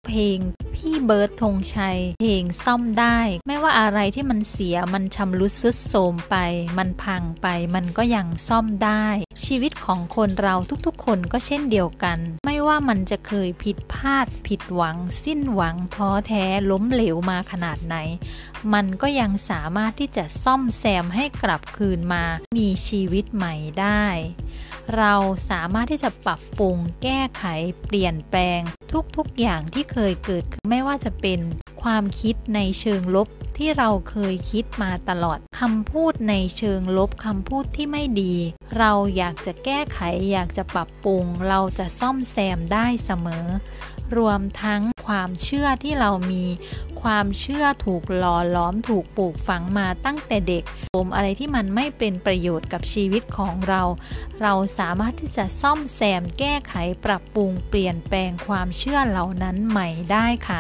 เพลงพี่เบิร์ดธงชัยเพลงซ่อมได้ไม่ว่าอะไรที่มันเสียมันชำรุดทรุดโทรมไปมันพังไปมันก็ยังซ่อมได้ชีวิตของคนเราทุกๆคนก็เช่นเดียวกันไม่ว่ามันจะเคยผิดพลาดผิดหวังสิ้นหวังท้อแท้ล้มเหลวมาขนาดไหนมันก็ยังสามารถที่จะซ่อมแซมให้กลับคืนมามีชีวิตใหม่ได้เราสามารถที่จะปรับปรุงแก้ไขเปลี่ยนแปลงทุกๆอย่างที่เคยเกิดขึ้นไม่ว่าจะเป็นความคิดในเชิงลบที่เราเคยคิดมาตลอดคำพูดในเชิงลบคำพูดที่ไม่ดีเราอยากจะแก้ไขอยากจะปรับปรุงเราจะซ่อมแซมได้เสมอรวมทั้งความเชื่อที่เรามีความเชื่อถูกหล่อหลอมถูกปลูกฝังมาตั้งแต่เด็กอะไรที่มันไม่เป็นประโยชน์กับชีวิตของเราเราสามารถที่จะซ่อมแซมแก้ไขปรับปรุงเปลี่ยนแปลงความเชื่อเหล่านั้นใหม่ได้ค่ะ